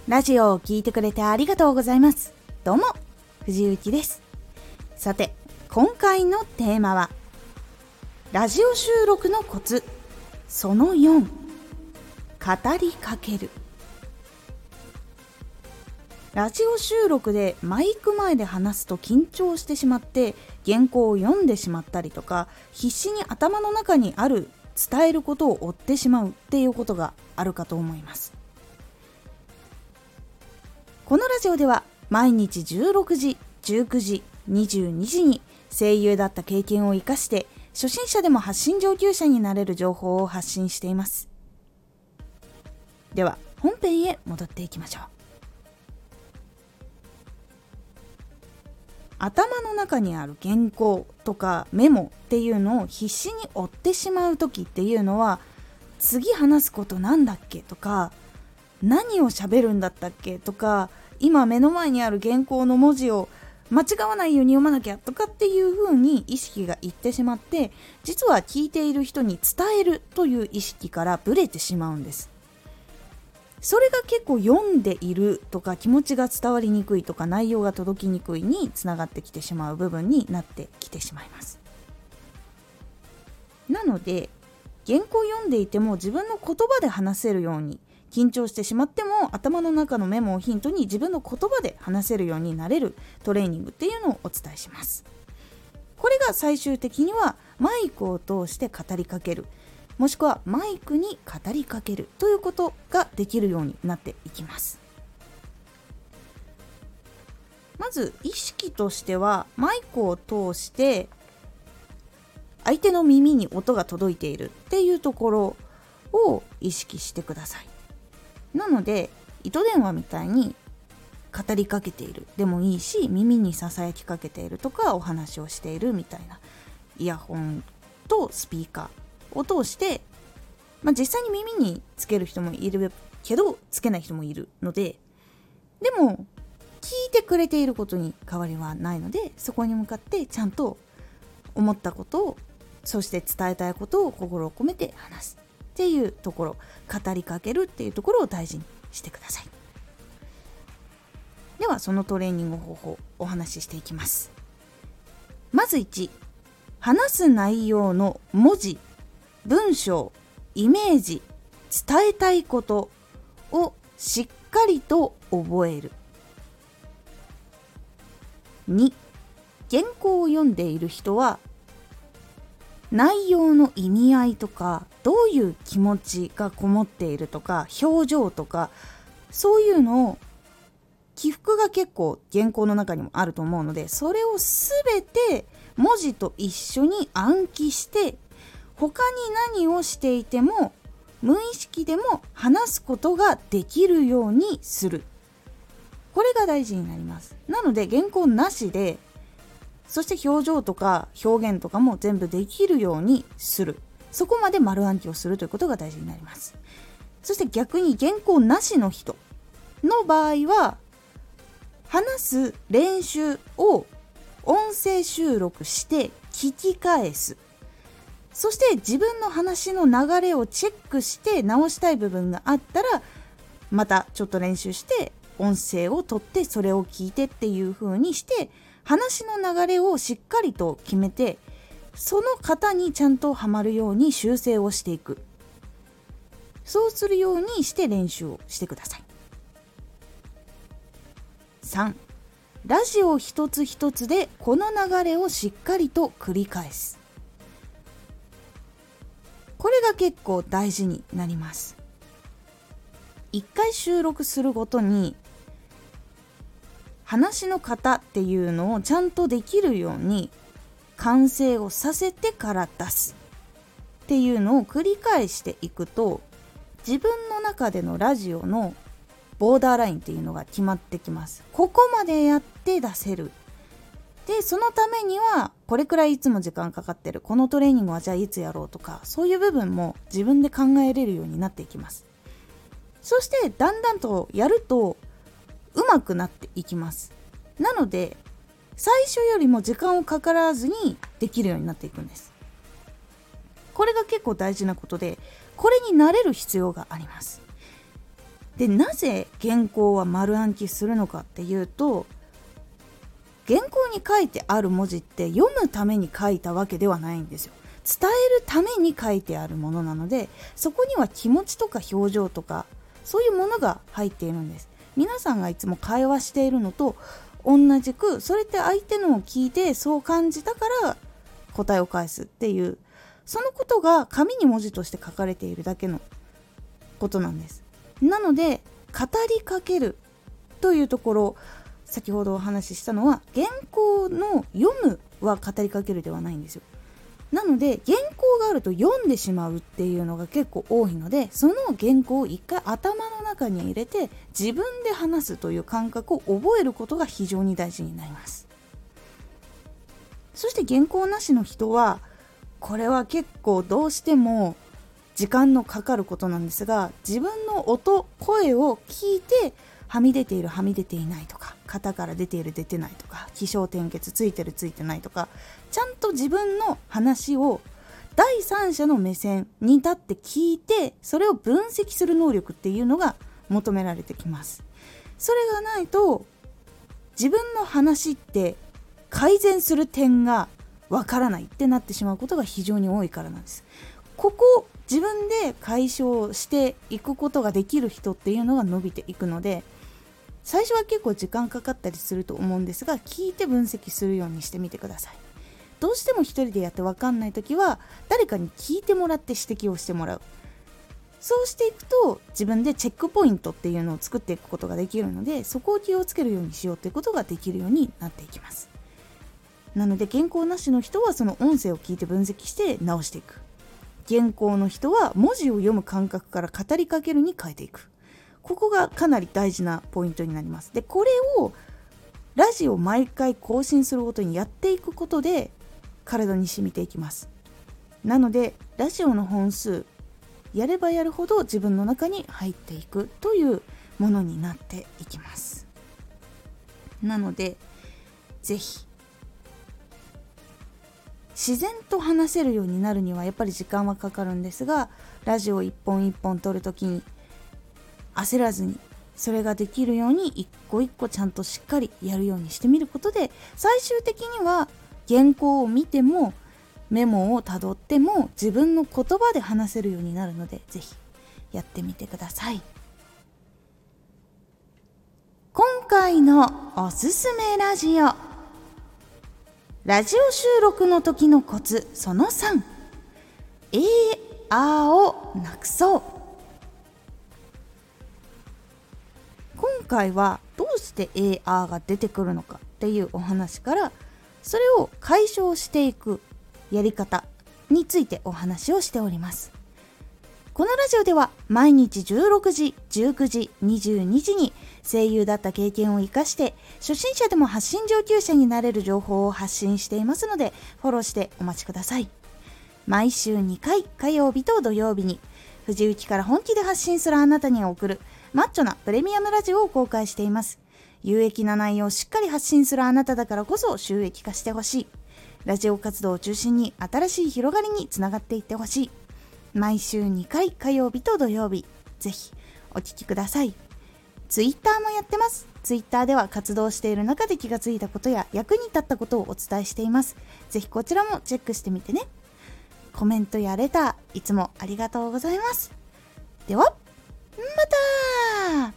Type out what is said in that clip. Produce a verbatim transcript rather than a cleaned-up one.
ラジオを聞いてくれてありがとうございます。どうも藤幸です。さて今回のテーマはラジオ収録のコツそのよん、語りかける。ラジオ収録でマイク前で話すと緊張してしまって原稿を読んでしまったりとか、必死に頭の中にある伝えることを追ってしまうっていうことがあるかと思います。このラジオでは毎日じゅうろくじ、じゅうくじ、にじゅうにじに声優だった経験を生かして初心者でも発信上級者になれる情報を発信しています。では本編へ戻っていきましょう。頭の中にある原稿とかメモっていうのを必死に追ってしまう時っていうのは、次話すことなんだっけとか、何を喋るんだったっけとか、今目の前にある原稿の文字を間違わないように読まなきゃとかっていう風に意識がいってしまって、実は聞いている人に伝えるという意識からブレてしまうんです。それが結構読んでいるとか気持ちが伝わりにくいとか内容が届きにくいにつながってきてしまう部分になってきてしまいます。なので原稿読んでいても自分の言葉で話せるように、緊張してしまっても頭の中のメモをヒントに自分の言葉で話せるようになれるトレーニングっていうのをお伝えします。これが最終的にはマイクを通して語りかける、もしくはマイクに語りかけるということができるようになっていきます。まず意識としては、マイクを通して相手の耳に音が届いているっていうところを意識してください。なので糸電話みたいに語りかけているでもいいし、耳にささやきかけているとか、お話をしているみたいな、イヤホンとスピーカーを通して、まあ、実際に耳につける人もいるけどつけない人もいるので、でも聞いてくれていることに変わりはないので、そこに向かってちゃんと思ったことを、そして伝えたいことを心を込めて話すっていうところ、語りかけるっていうところを大事にしてください。ではそのトレーニング方法をお話ししていきます。まずいち、話す内容の文字、文章、イメージ、伝えたいことをしっかりと覚える。に、原稿を読んでいる人は内容の意味合いとか、どういう気持ちがこもっているとか、表情とか、そういうのを起伏が結構原稿の中にもあると思うので、それをすべて文字と一緒に暗記して、他に何をしていても無意識でも話すことができるようにする。これが大事になります。なので原稿なしで、そして表情とか表現とかも全部できるようにする。そこまで丸暗記をするということが大事になります。そして逆に原稿なしの人の場合は、話す練習を音声収録して聞き返す。そして自分の話の流れをチェックして直したい部分があったら、またちょっと練習して音声を取ってそれを聞いてっていう風にして、話の流れをしっかりと決めて、その型にちゃんとはまるように修正をしていく。そうするようにして練習をしてください。さん、ラジオ一つ一つでこの流れをしっかりと繰り返す。これが結構大事になります。一回収録するごとに話の型っていうのをちゃんとできるように完成をさせてから出すっていうのを繰り返していくと、自分の中でのラジオのボーダーラインっていうのが決まってきます。ここまでやって出せる。で、そのためにはこれくらいいつも時間かかってる。このトレーニングはじゃあいつやろうとか、そういう部分も自分で考えれるようになっていきます。そしてだんだんとやると上手くなっていきます。なので最初よりも時間をかからずにできるようになっていくんです。これが結構大事なことで、これに慣れる必要があります。 で、なぜ原稿は丸暗記するのかっていうと、原稿に書いてある文字って読むために書いたわけではないんですよ。伝えるために書いてあるものなので、そこには気持ちとか表情とかそういうものが入っているんです。皆さんがいつも会話しているのと同じく、それって相手のを聞いてそう感じたから答えを返すっていう、そのことが紙に文字として書かれているだけのことなんです。なので語りかけるというところ、先ほどお話ししたのは原稿の読むは語りかけるではないんですよ。なので原稿があると読んでしまうっていうのが結構多いので、その原稿を一回頭の中に入れて自分で話すという感覚を覚えることが非常に大事になります。そして原稿なしの人は、これは結構どうしても時間のかかることなんですが、自分の音、声を聞いてはみ出ているはみ出ていないとか、型から出ている出てないとか、起承転結ついてるついてないとか、ちゃんと自分の話を第三者の目線に立って聞いて、それを分析する能力っていうのが求められてきます。それがないと自分の話って改善する点がわからないってなってしまうことが非常に多いからなんです。ここ自分で解消していくことができる人っていうのが伸びていくので、最初は結構時間かかったりすると思うんですが、聞いて分析するようにしてみてください。どうしても一人でやって分かんないときは、誰かに聞いてもらって指摘をしてもらう。そうしていくと自分でチェックポイントっていうのを作っていくことができるので、そこを気をつけるようにしようということができるようになっていきます。なので原稿なしの人はその音声を聞いて分析して直していく。原稿の人は文字を読む感覚から語りかけるに変えていく。ここがかなり大事なポイントになります。で、これをラジオ毎回更新するごとにやっていくことで体に染みていきます。なのでラジオの本数やればやるほど自分の中に入っていくというものになっていきます。なのでぜひ自然と話せるようになるにはやっぱり時間はかかるんですが、ラジオ一本一本撮るときに焦らずに、それができるように一個一個ちゃんとしっかりやるようにしてみることで、最終的には原稿を見てもメモをたどっても自分の言葉で話せるようになるので、ぜひやってみてください。今回のおすすめラジオ、ラジオ収録の時のコツそのさん、えーあーをなくそう。今回はどうしてえーあーが出てくるのかっていうお話から、それを解消していくやり方についてお話をしております。このラジオでは毎日じゅうろくじ、じゅうくじ、にじゅうにじに声優だった経験を生かして初心者でも発信上級者になれる情報を発信していますので、フォローしてお待ちください。毎週にかい、火曜日と土曜日に藤雪から本気で発信するあなたに送るマッチョなプレミアムラジオを公開しています。有益な内容をしっかり発信するあなただからこそ収益化してほしい。ラジオ活動を中心に新しい広がりにつながっていってほしい。毎週にかい、火曜日と土曜日、ぜひお聞きください。ツイッターもやってます。ツイッターでは活動している中で気がついたことや役に立ったことをお伝えしています。ぜひこちらもチェックしてみてね。コメントやレターいつもありがとうございます。ではまた。